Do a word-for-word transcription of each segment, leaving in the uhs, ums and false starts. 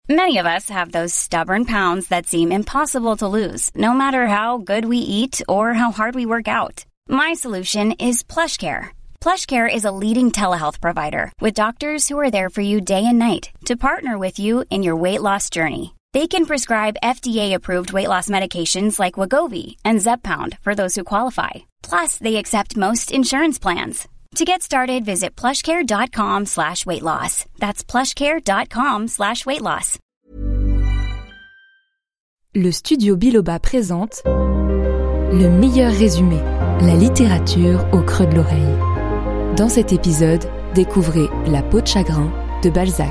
Many of us have those stubborn pounds that seem impossible to lose, no matter how good we eat or how hard we work out. My solution is PlushCare. PlushCare is a leading telehealth provider with doctors who are there for you day and night to partner with you in your weight loss journey. They can prescribe F D A-approved weight loss medications like Wegovy and Zepbound for those who qualify. Plus, they accept most insurance plans. To get started, visit plushcare.com slash weight loss. That's plushcare.com slash weight loss. Le studio Biloba présente le meilleur résumé, la littérature au creux de l'oreille. Dans cet épisode, découvrez La peau de chagrin de Balzac.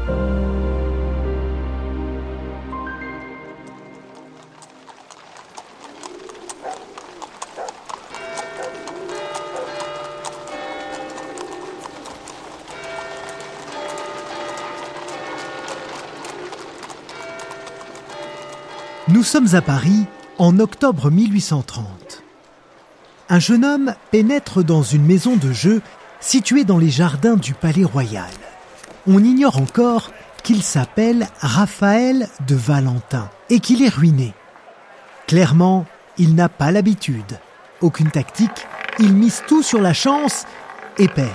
Nous sommes à Paris en octobre mille huit cent trente. Un jeune homme pénètre dans une maison de jeu située dans les jardins du Palais Royal. On ignore encore qu'il s'appelle Raphaël de Valentin et qu'il est ruiné. Clairement, il n'a pas l'habitude. Aucune tactique, il mise tout sur la chance et perd.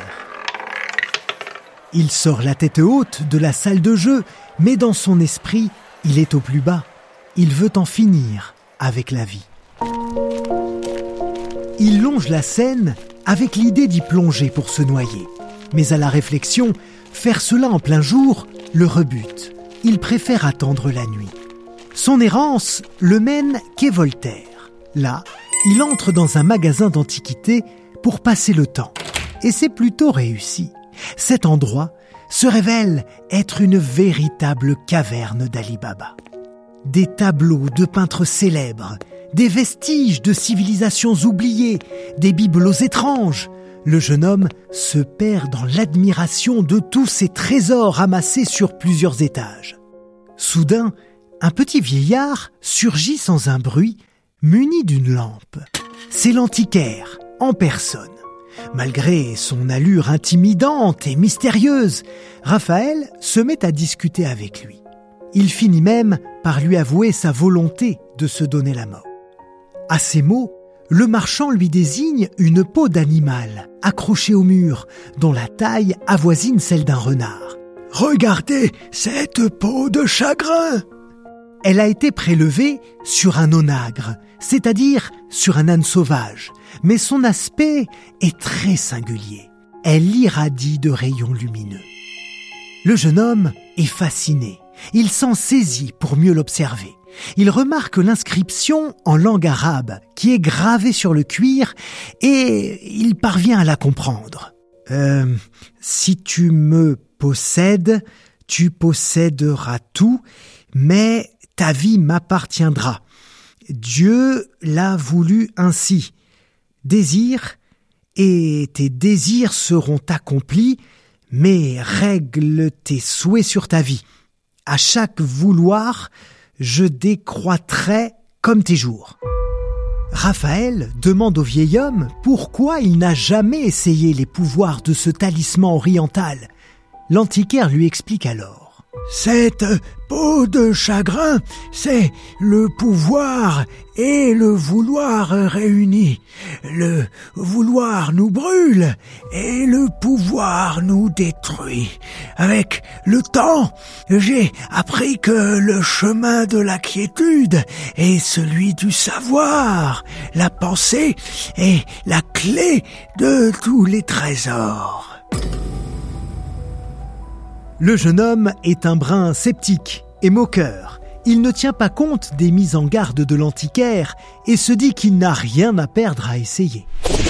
Il sort la tête haute de la salle de jeu, mais dans son esprit, il est au plus bas. Il veut en finir avec la vie. Il longe la Seine avec l'idée d'y plonger pour se noyer. Mais à la réflexion, faire cela en plein jour le rebute. Il préfère attendre la nuit. Son errance le mène quai Voltaire. Là, il entre dans un magasin d'antiquités pour passer le temps. Et c'est plutôt réussi. Cet endroit se révèle être une véritable caverne d'Ali Baba. Des tableaux de peintres célèbres, des vestiges de civilisations oubliées, des bibelots étranges. Le jeune homme se perd dans l'admiration de tous ces trésors amassés sur plusieurs étages. Soudain, un petit vieillard surgit sans un bruit, muni d'une lampe. C'est l'antiquaire, en personne. Malgré son allure intimidante et mystérieuse, Raphaël se met à discuter avec lui. Il finit même par lui avouer sa volonté de se donner la mort. À ces mots, le marchand lui désigne une peau d'animal accrochée au mur, dont la taille avoisine celle d'un renard. « Regardez cette peau de chagrin !» Elle a été prélevée sur un onagre, c'est-à-dire sur un âne sauvage, mais son aspect est très singulier. Elle irradie de rayons lumineux. Le jeune homme est fasciné. Il s'en saisit pour mieux l'observer. Il remarque l'inscription en langue arabe qui est gravée sur le cuir et il parvient à la comprendre. Euh, si tu me possèdes, tu posséderas tout, mais ta vie m'appartiendra. Dieu l'a voulu ainsi. Désire, et tes désirs seront accomplis, mais règle tes souhaits sur ta vie. À chaque vouloir, je décroîtrai comme tes jours. Raphaël demande au vieil homme pourquoi il n'a jamais essayé les pouvoirs de ce talisman oriental. L'antiquaire lui explique alors. Cette peau de chagrin, c'est le pouvoir et le vouloir réunis. Le vouloir nous brûle et le pouvoir nous détruit. Avec le temps, j'ai appris que le chemin de la quiétude est celui du savoir. La pensée est la clé de tous les trésors. Le jeune homme est un brin sceptique et moqueur. Il ne tient pas compte des mises en garde de l'antiquaire et se dit qu'il n'a rien à perdre à essayer.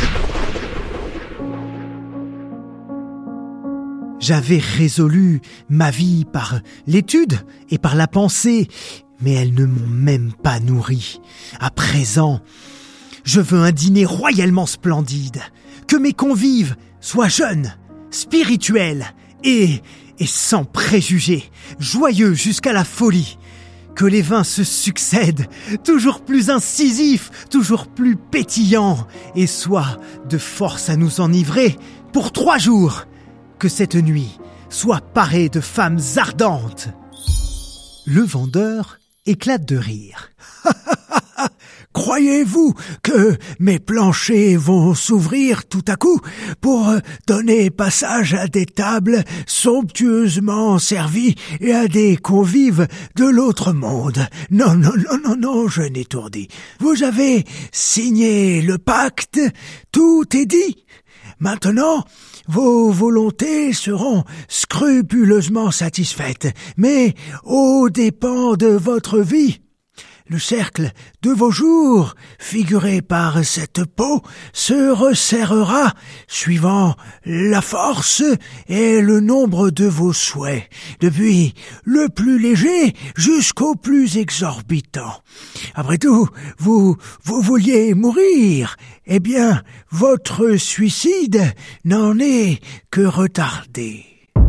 J'avais résolu ma vie par l'étude et par la pensée, mais elles ne m'ont même pas nourri. À présent, je veux un dîner royalement splendide, que mes convives soient jeunes, spirituels et... et sans préjugés, joyeux jusqu'à la folie. Que les vins se succèdent, toujours plus incisifs, toujours plus pétillants, et soient de force à nous enivrer pour trois jours. Que cette nuit soit parée de femmes ardentes. Le vendeur éclate de rire. Croyez-vous que mes planchers vont s'ouvrir tout à coup pour donner passage à des tables somptueusement servies et à des convives de l'autre monde? Non, non, non, non, non, je n'étourdis. Vous avez signé le pacte, tout est dit. Maintenant, vos volontés seront scrupuleusement satisfaites, mais aux dépens de votre vie. Le cercle de vos jours, figuré par cette peau, se resserrera suivant la force et le nombre de vos souhaits, depuis le plus léger jusqu'au plus exorbitant. Après tout, vous, vous vouliez mourir. Eh bien, votre suicide n'en est que retardé.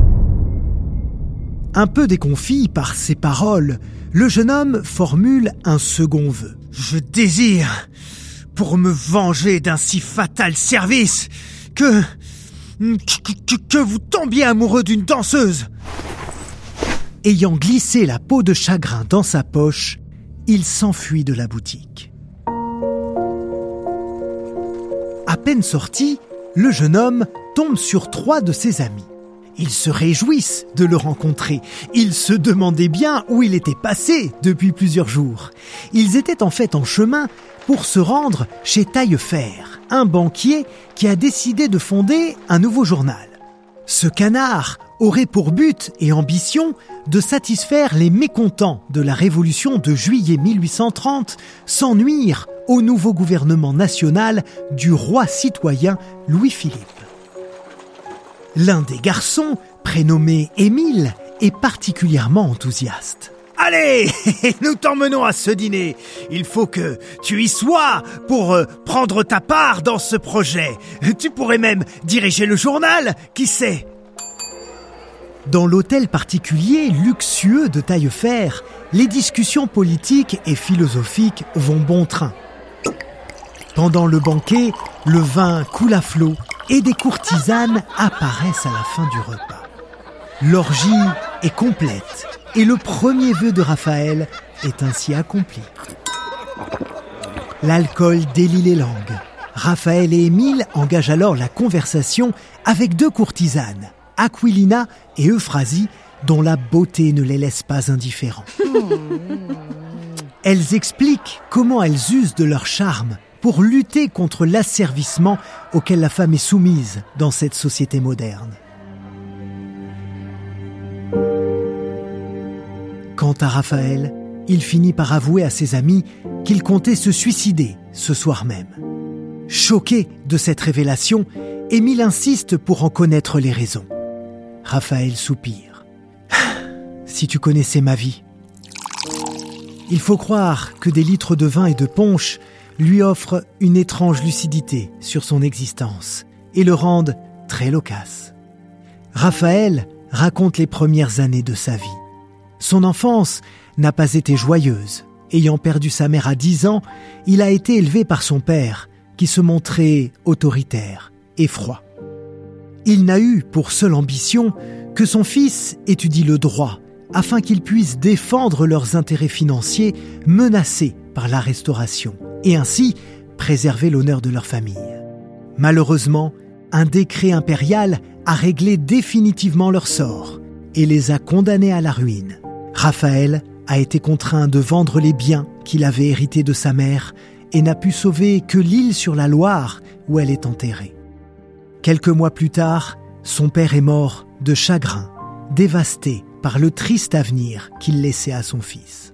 Un peu déconfit par ces paroles, le jeune homme formule un second vœu. Je désire, pour me venger d'un si fatal service, que, que, que vous tombiez amoureux d'une danseuse. Ayant glissé la peau de chagrin dans sa poche, il s'enfuit de la boutique. À peine sorti, le jeune homme tombe sur trois de ses amis. Ils se réjouissent de le rencontrer. Ils se demandaient bien où il était passé depuis plusieurs jours. Ils étaient en fait en chemin pour se rendre chez Taillefer, un banquier qui a décidé de fonder un nouveau journal. Ce canard aurait pour but et ambition de satisfaire les mécontents de la Révolution de juillet mille huit cent trente sans nuire au nouveau gouvernement national du roi citoyen Louis-Philippe. L'un des garçons, prénommé Émile, est particulièrement enthousiaste. « Allez, nous t'emmenons à ce dîner. Il faut que tu y sois pour euh, prendre ta part dans ce projet. Tu pourrais même diriger le journal, qui sait ?» Dans l'hôtel particulier luxueux de Taillefer, les discussions politiques et philosophiques vont bon train. Pendant le banquet, le vin coule à flot et des courtisanes apparaissent à la fin du repas. L'orgie est complète et le premier vœu de Raphaël est ainsi accompli. L'alcool délie les langues. Raphaël et Émile engagent alors la conversation avec deux courtisanes, Aquilina et Euphrasie, dont la beauté ne les laisse pas indifférents. Elles expliquent comment elles usent de leur charme pour lutter contre l'asservissement auquel la femme est soumise dans cette société moderne. Quant à Raphaël, il finit par avouer à ses amis qu'il comptait se suicider ce soir même. Choqué de cette révélation, Émile insiste pour en connaître les raisons. Raphaël soupire. « Si tu connaissais ma vie. » Il faut croire que des litres de vin et de punch lui offrent une étrange lucidité sur son existence et le rendent très loquace. Raphaël raconte les premières années de sa vie. Son enfance n'a pas été joyeuse. Ayant perdu sa mère à dix ans, il a été élevé par son père, qui se montrait autoritaire et froid. Il n'a eu pour seule ambition que son fils étudie le droit, afin qu'il puisse défendre leurs intérêts financiers menacés par la Restauration, et ainsi préserver l'honneur de leur famille. Malheureusement, un décret impérial a réglé définitivement leur sort et les a condamnés à la ruine. Raphaël a été contraint de vendre les biens qu'il avait hérités de sa mère et n'a pu sauver que l'île sur la Loire où elle est enterrée. Quelques mois plus tard, son père est mort de chagrin, dévasté par le triste avenir qu'il laissait à son fils.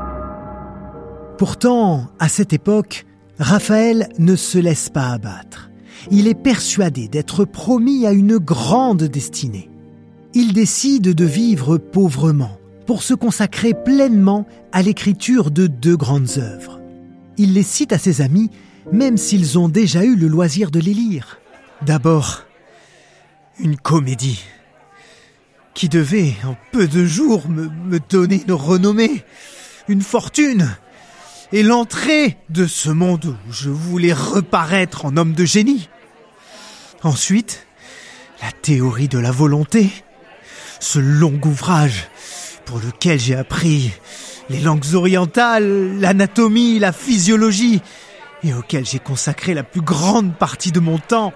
Pourtant, à cette époque, Raphaël ne se laisse pas abattre. Il est persuadé d'être promis à une grande destinée. Il décide de vivre pauvrement pour se consacrer pleinement à l'écriture de deux grandes œuvres. Il les cite à ses amis, même s'ils ont déjà eu le loisir de les lire. D'abord, une comédie qui devait, en peu de jours, me, me donner une renommée, une fortune et l'entrée de ce monde où je voulais reparaître en homme de génie. Ensuite, la théorie de la volonté, ce long ouvrage pour lequel j'ai appris les langues orientales, l'anatomie, la physiologie, et auquel j'ai consacré la plus grande partie de mon temps.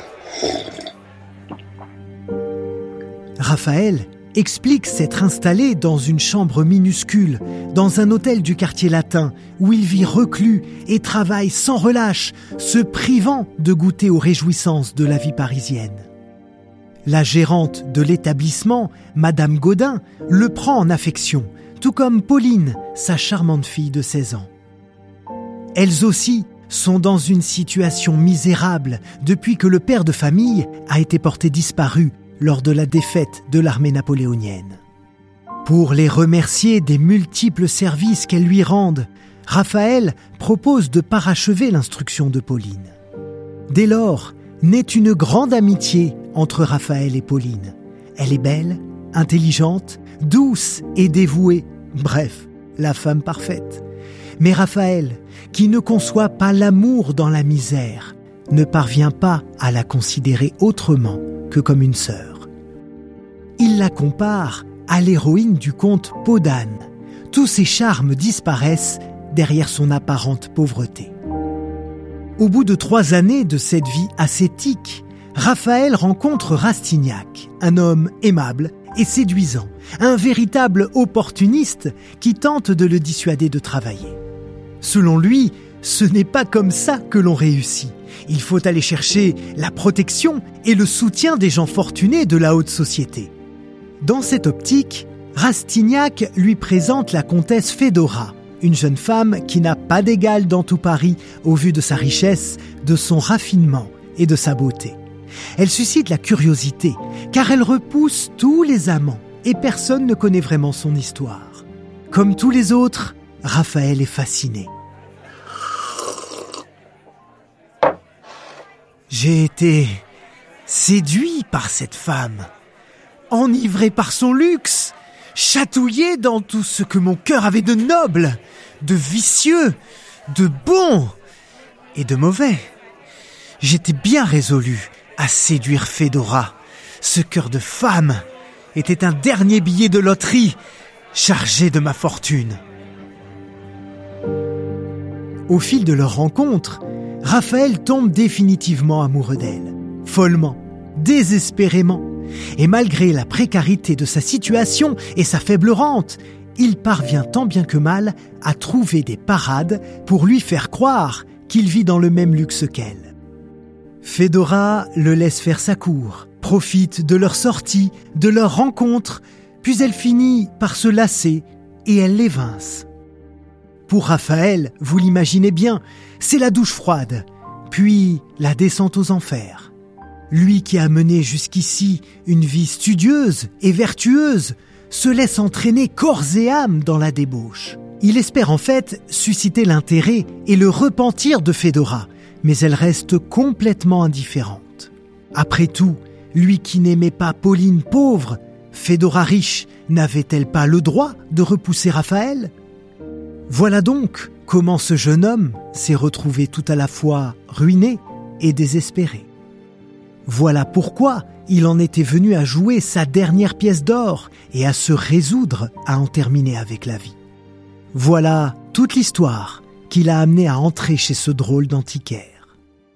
Raphaël explique s'être installé dans une chambre minuscule, dans un hôtel du quartier latin, où il vit reclus et travaille sans relâche, se privant de goûter aux réjouissances de la vie parisienne. La gérante de l'établissement, Madame Gaudin, le prend en affection, tout comme Pauline, sa charmante fille de seize ans. Elles aussi sont dans une situation misérable depuis que le père de famille a été porté disparu lors de la défaite de l'armée napoléonienne. Pour les remercier des multiples services qu'elles lui rendent, Raphaël propose de parachever l'instruction de Pauline. Dès lors, naît une grande amitié entre Raphaël et Pauline. Elle est belle, intelligente, douce et dévouée. Bref, la femme parfaite. Mais Raphaël, qui ne conçoit pas l'amour dans la misère, ne parvient pas à la considérer autrement que comme une sœur. Il la compare à l'héroïne du conte Peau d'âne. Tous ses charmes disparaissent derrière son apparente pauvreté. Au bout de trois années de cette vie ascétique, Raphaël rencontre Rastignac, un homme aimable et séduisant, un véritable opportuniste qui tente de le dissuader de travailler. Selon lui, ce n'est pas comme ça que l'on réussit. Il faut aller chercher la protection et le soutien des gens fortunés de la haute société. Dans cette optique, Rastignac lui présente la comtesse Fédora, une jeune femme qui n'a pas d'égal dans tout Paris au vu de sa richesse, de son raffinement et de sa beauté. Elle suscite la curiosité, car elle repousse tous les amants et personne ne connaît vraiment son histoire. Comme tous les autres, Raphaël est fasciné. J'ai été séduit par cette femme, enivré par son luxe, chatouillé dans tout ce que mon cœur avait de noble, de vicieux, de bon et de mauvais. J'étais bien résolu à séduire Fédora. Ce cœur de femme était un dernier billet de loterie chargé de ma fortune. Au fil de leur rencontre, Raphaël tombe définitivement amoureux d'elle, follement, désespérément. Et malgré la précarité de sa situation et sa faible rente, il parvient tant bien que mal à trouver des parades pour lui faire croire qu'il vit dans le même luxe qu'elle. Fédora le laisse faire sa cour, profite de leur sortie, de leur rencontre, puis elle finit par se lasser et elle l'évince. Pour Raphaël, vous l'imaginez bien, c'est la douche froide, puis la descente aux enfers. Lui qui a mené jusqu'ici une vie studieuse et vertueuse, se laisse entraîner corps et âme dans la débauche. Il espère en fait susciter l'intérêt et le repentir de Fédora, mais elle reste complètement indifférente. Après tout, lui qui n'aimait pas Pauline pauvre, Fédora riche, n'avait-elle pas le droit de repousser Raphaël ? Voilà donc comment ce jeune homme s'est retrouvé tout à la fois ruiné et désespéré. Voilà pourquoi il en était venu à jouer sa dernière pièce d'or et à se résoudre à en terminer avec la vie. Voilà toute l'histoire qui l'a amené à entrer chez ce drôle d'antiquaire.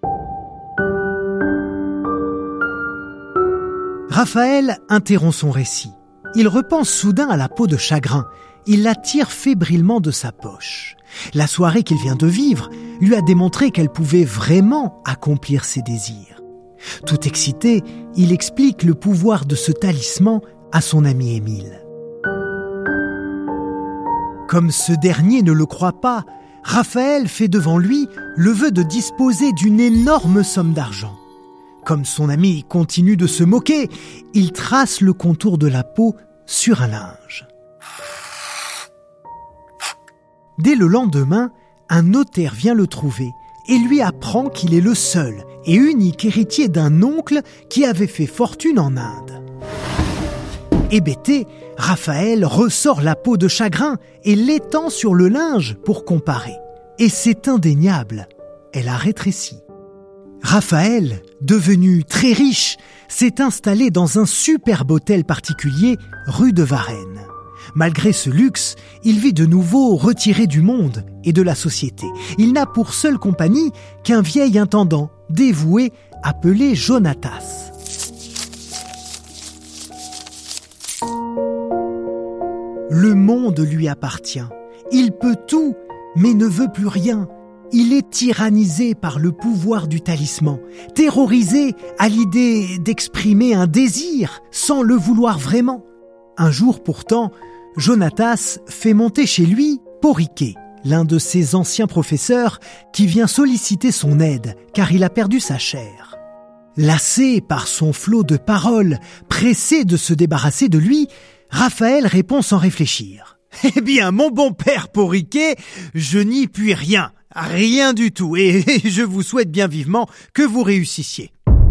Raphaël interrompt son récit. Il repense soudain à la peau de chagrin. Il la tire fébrilement de sa poche. La soirée qu'il vient de vivre lui a démontré qu'elle pouvait vraiment accomplir ses désirs. Tout excité, il explique le pouvoir de ce talisman à son ami Émile. Comme ce dernier ne le croit pas, Raphaël fait devant lui le vœu de disposer d'une énorme somme d'argent. Comme son ami continue de se moquer, il trace le contour de la peau sur un linge. Dès le lendemain, un notaire vient le trouver et lui apprend qu'il est le seul et unique héritier d'un oncle qui avait fait fortune en Inde. Hébété, Raphaël ressort la peau de chagrin et l'étend sur le linge pour comparer. Et c'est indéniable, elle a rétréci. Raphaël, devenu très riche, s'est installé dans un superbe hôtel particulier rue de Varennes. Malgré ce luxe, il vit de nouveau retiré du monde et de la société. Il n'a pour seule compagnie qu'un vieil intendant dévoué appelé Jonatas. Le monde lui appartient. Il peut tout, mais ne veut plus rien. Il est tyrannisé par le pouvoir du talisman, terrorisé à l'idée d'exprimer un désir sans le vouloir vraiment. Un jour pourtant, Jonatas fait monter chez lui Porriquet, l'un de ses anciens professeurs qui vient solliciter son aide car il a perdu sa chair. Lassé par son flot de paroles, pressé de se débarrasser de lui, Raphaël répond sans réfléchir. « Eh bien, mon bon père Porriquet, je n'y puis rien, rien du tout, et je vous souhaite bien vivement que vous réussissiez. »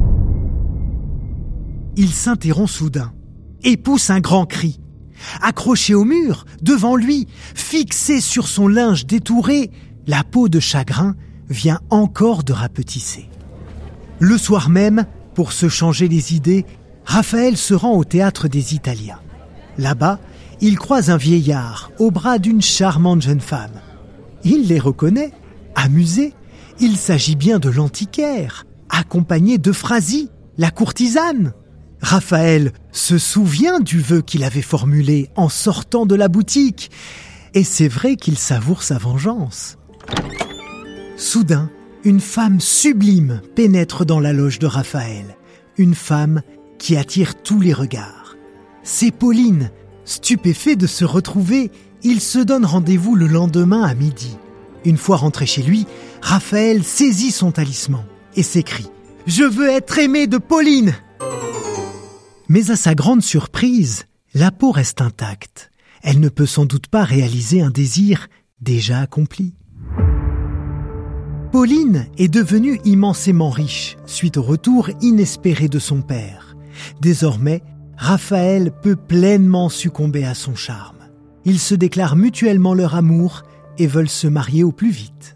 Il s'interrompt soudain et pousse un grand cri. Accroché au mur, devant lui, fixé sur son linge détouré, la peau de chagrin vient encore de rapetisser. Le soir même, pour se changer les idées, Raphaël se rend au théâtre des Italiens. Là-bas, il croise un vieillard au bras d'une charmante jeune femme. Il les reconnaît, amusé. Il s'agit bien de l'antiquaire, accompagné d'Euphrasie, la courtisane. Raphaël se souvient du vœu qu'il avait formulé en sortant de la boutique, et c'est vrai qu'il savoure sa vengeance. Soudain, une femme sublime pénètre dans la loge de Raphaël, une femme qui attire tous les regards. C'est Pauline. Stupéfait de se retrouver, il se donne rendez-vous le lendemain à midi. Une fois rentré chez lui, Raphaël saisit son talisman et s'écrie « Je veux être aimé de Pauline !» Mais à sa grande surprise, la peau reste intacte. Elle ne peut sans doute pas réaliser un désir déjà accompli. Pauline est devenue immensément riche suite au retour inespéré de son père. Désormais, Raphaël peut pleinement succomber à son charme. Ils se déclarent mutuellement leur amour et veulent se marier au plus vite.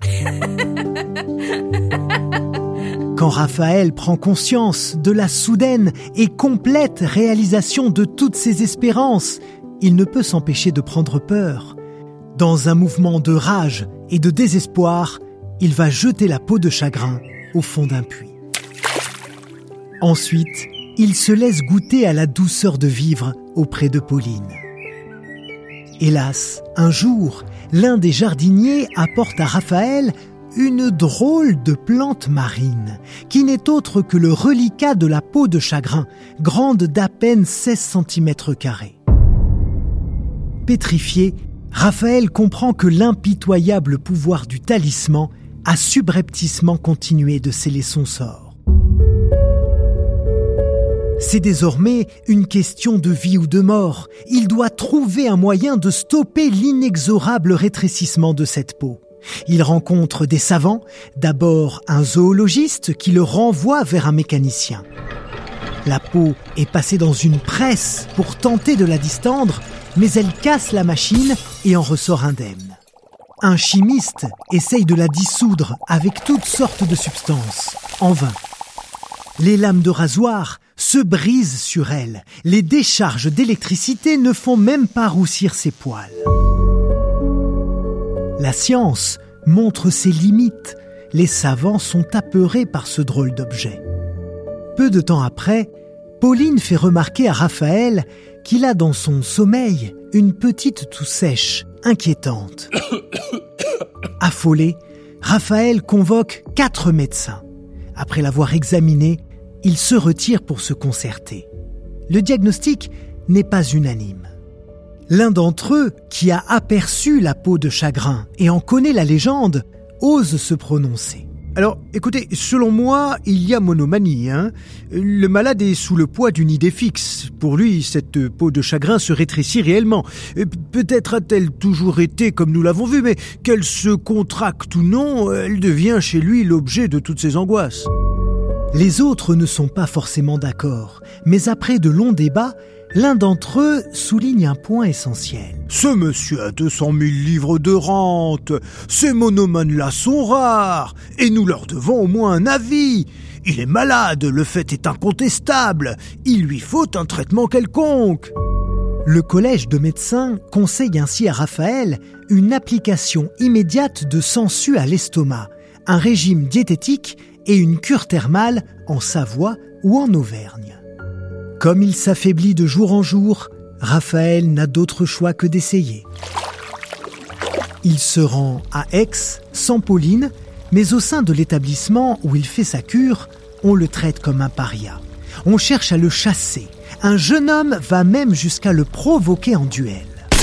Quand Raphaël prend conscience de la soudaine et complète réalisation de toutes ses espérances, il ne peut s'empêcher de prendre peur. Dans un mouvement de rage et de désespoir, il va jeter la peau de chagrin au fond d'un puits. Ensuite, il se laisse goûter à la douceur de vivre auprès de Pauline. Hélas, un jour, l'un des jardiniers apporte à Raphaël une drôle de plante marine, qui n'est autre que le reliquat de la peau de chagrin, grande d'à peine seize centimètres carrés. Pétrifié, Raphaël comprend que l'impitoyable pouvoir du talisman a subrepticement continué de sceller son sort. C'est désormais une question de vie ou de mort. Il doit trouver un moyen de stopper l'inexorable rétrécissement de cette peau. Il rencontre des savants, d'abord un zoologiste qui le renvoie vers un mécanicien. La peau est passée dans une presse pour tenter de la distendre, mais elle casse la machine et en ressort indemne. Un chimiste essaye de la dissoudre avec toutes sortes de substances, en vain. Les lames de rasoir se brisent sur elle. Les décharges d'électricité ne font même pas roussir ses poils. La science montre ses limites. Les savants sont apeurés par ce drôle d'objet. Peu de temps après, Pauline fait remarquer à Raphaël qu'il a dans son sommeil une petite toux sèche, inquiétante. Affolé, Raphaël convoque quatre médecins. Après l'avoir examiné, il se retire pour se concerter. Le diagnostic n'est pas unanime. L'un d'entre eux, qui a aperçu la peau de chagrin et en connaît la légende, ose se prononcer. Alors, écoutez, selon moi, il y a monomanie, hein. Le malade est sous le poids d'une idée fixe. Pour lui, cette peau de chagrin se rétrécit réellement. Peut-être a-t-elle toujours été comme nous l'avons vu, mais qu'elle se contracte ou non, elle devient chez lui l'objet de toutes ses angoisses. Les autres ne sont pas forcément d'accord, mais après de longs débats, l'un d'entre eux souligne un point essentiel. Ce monsieur a deux cent mille livres de rente. Ces monomanes-là sont rares, et nous leur devons au moins un avis. Il est malade, le fait est incontestable. Il lui faut un traitement quelconque. Le collège de médecins conseille ainsi à Raphaël une application immédiate de sangsues à l'estomac, un régime diététique et une cure thermale en Savoie ou en Auvergne. Comme il s'affaiblit de jour en jour, Raphaël n'a d'autre choix que d'essayer. Il se rend à Aix sans Pauline, mais au sein de l'établissement où il fait sa cure, on le traite comme un paria. On cherche à le chasser. Un jeune homme va même jusqu'à le provoquer en duel.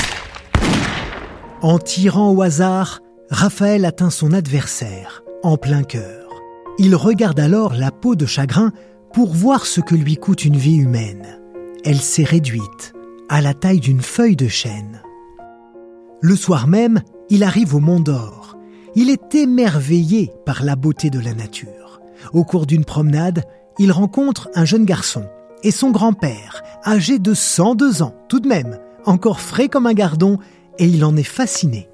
En tirant au hasard, Raphaël atteint son adversaire, en plein cœur. Il regarde alors la peau de chagrin pour voir ce que lui coûte une vie humaine. Elle s'est réduite à la taille d'une feuille de chêne. Le soir même, il arrive au Mont d'Or. Il est émerveillé par la beauté de la nature. Au cours d'une promenade, il rencontre un jeune garçon et son grand-père, âgé de cent deux ans, tout de même, encore frais comme un gardon, et il en est fasciné.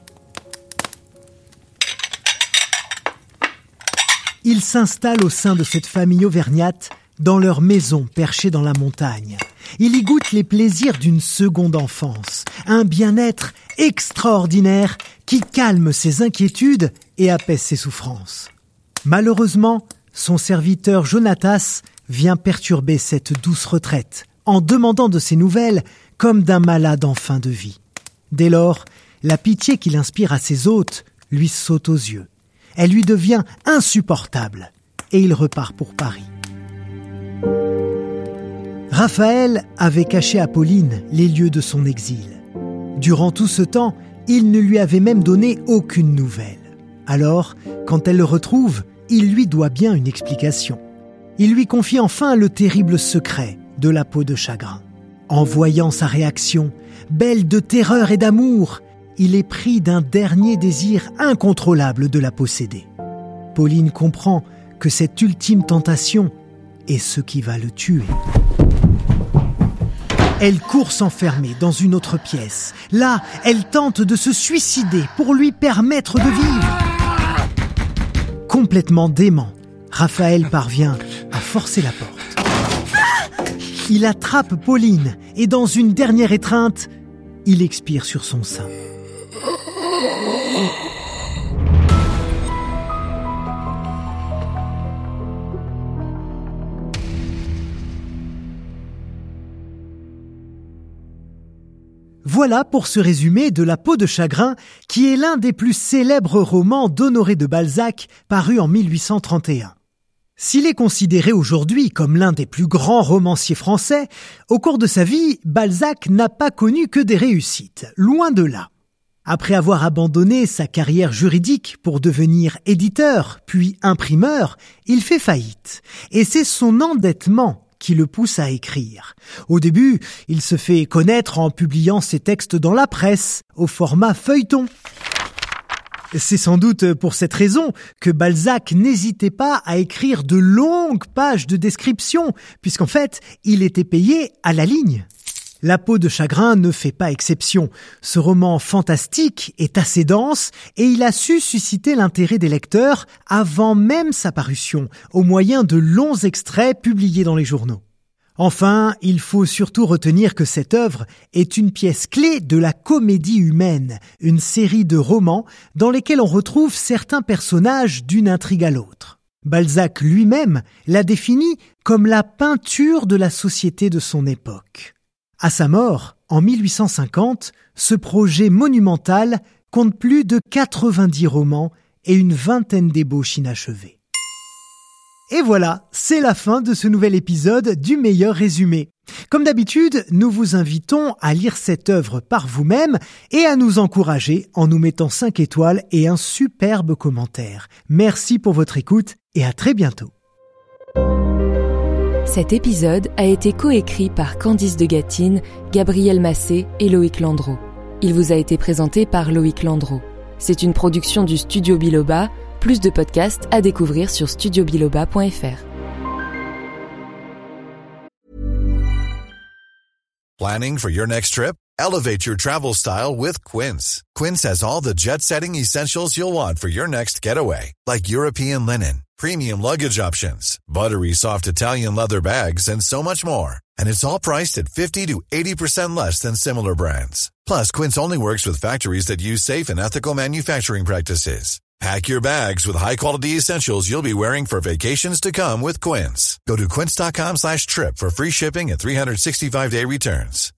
Il s'installe au sein de cette famille auvergnate, dans leur maison perchée dans la montagne. Il y goûte les plaisirs d'une seconde enfance, un bien-être extraordinaire qui calme ses inquiétudes et apaise ses souffrances. Malheureusement, son serviteur Jonatas vient perturber cette douce retraite en demandant de ses nouvelles comme d'un malade en fin de vie. Dès lors, la pitié qu'il inspire à ses hôtes lui saute aux yeux. Elle lui devient insupportable et il repart pour Paris. Raphaël avait caché à Pauline les lieux de son exil. Durant tout ce temps, il ne lui avait même donné aucune nouvelle. Alors, quand elle le retrouve, il lui doit bien une explication. Il lui confie enfin le terrible secret de la peau de chagrin. En voyant sa réaction, belle de terreur et d'amour, il est pris d'un dernier désir incontrôlable de la posséder. Pauline comprend que cette ultime tentation est ce qui va le tuer. Elle court s'enfermer dans une autre pièce. Là, elle tente de se suicider pour lui permettre de vivre. Complètement dément, Raphaël parvient à forcer la porte. Il attrape Pauline et dans une dernière étreinte, il expire sur son sein. Voilà pour ce résumé de La peau de chagrin, qui est l'un des plus célèbres romans d'Honoré de Balzac, paru en mille huit cent trente et un. S'il est considéré aujourd'hui comme l'un des plus grands romanciers français, au cours de sa vie, Balzac n'a pas connu que des réussites, loin de là. Après avoir abandonné sa carrière juridique pour devenir éditeur, puis imprimeur, il fait faillite. Et c'est son endettement qui le pousse à écrire. Au début, il se fait connaître en publiant ses textes dans la presse, au format feuilleton. C'est sans doute pour cette raison que Balzac n'hésitait pas à écrire de longues pages de description, puisqu'en fait, il était payé à la ligne. La peau de chagrin ne fait pas exception. Ce roman fantastique est assez dense et il a su susciter l'intérêt des lecteurs avant même sa parution, au moyen de longs extraits publiés dans les journaux. Enfin, il faut surtout retenir que cette œuvre est une pièce clé de la comédie humaine, une série de romans dans lesquels on retrouve certains personnages d'une intrigue à l'autre. Balzac lui-même l'a défini comme la peinture de la société de son époque. À sa mort, en mille huit cent cinquante, ce projet monumental compte plus de quatre-vingt-dix romans et une vingtaine d'ébauches inachevées. Et voilà, c'est la fin de ce nouvel épisode du meilleur résumé. Comme d'habitude, nous vous invitons à lire cette œuvre par vous-même et à nous encourager en nous mettant cinq étoiles et un superbe commentaire. Merci pour votre écoute et à très bientôt. Cet épisode a été coécrit par Candice de Gatine, Gabriel Massé et Loïc Landreau. Il vous a été présenté par Loïc Landreau. C'est une production du Studio Biloba. Plus de podcasts à découvrir sur studio biloba point f r. Planning for your next trip? Elevate your travel style with Quince. Quince has all the jet-setting essentials you'll want for your next getaway, like European linen, premium luggage options, buttery soft Italian leather bags, and so much more. And it's all priced at fifty to eighty percent less than similar brands. Plus, Quince only works with factories that use safe and ethical manufacturing practices. Pack your bags with high-quality essentials you'll be wearing for vacations to come with Quince. Go to quince.com slash trip for free shipping and three sixty-five day returns.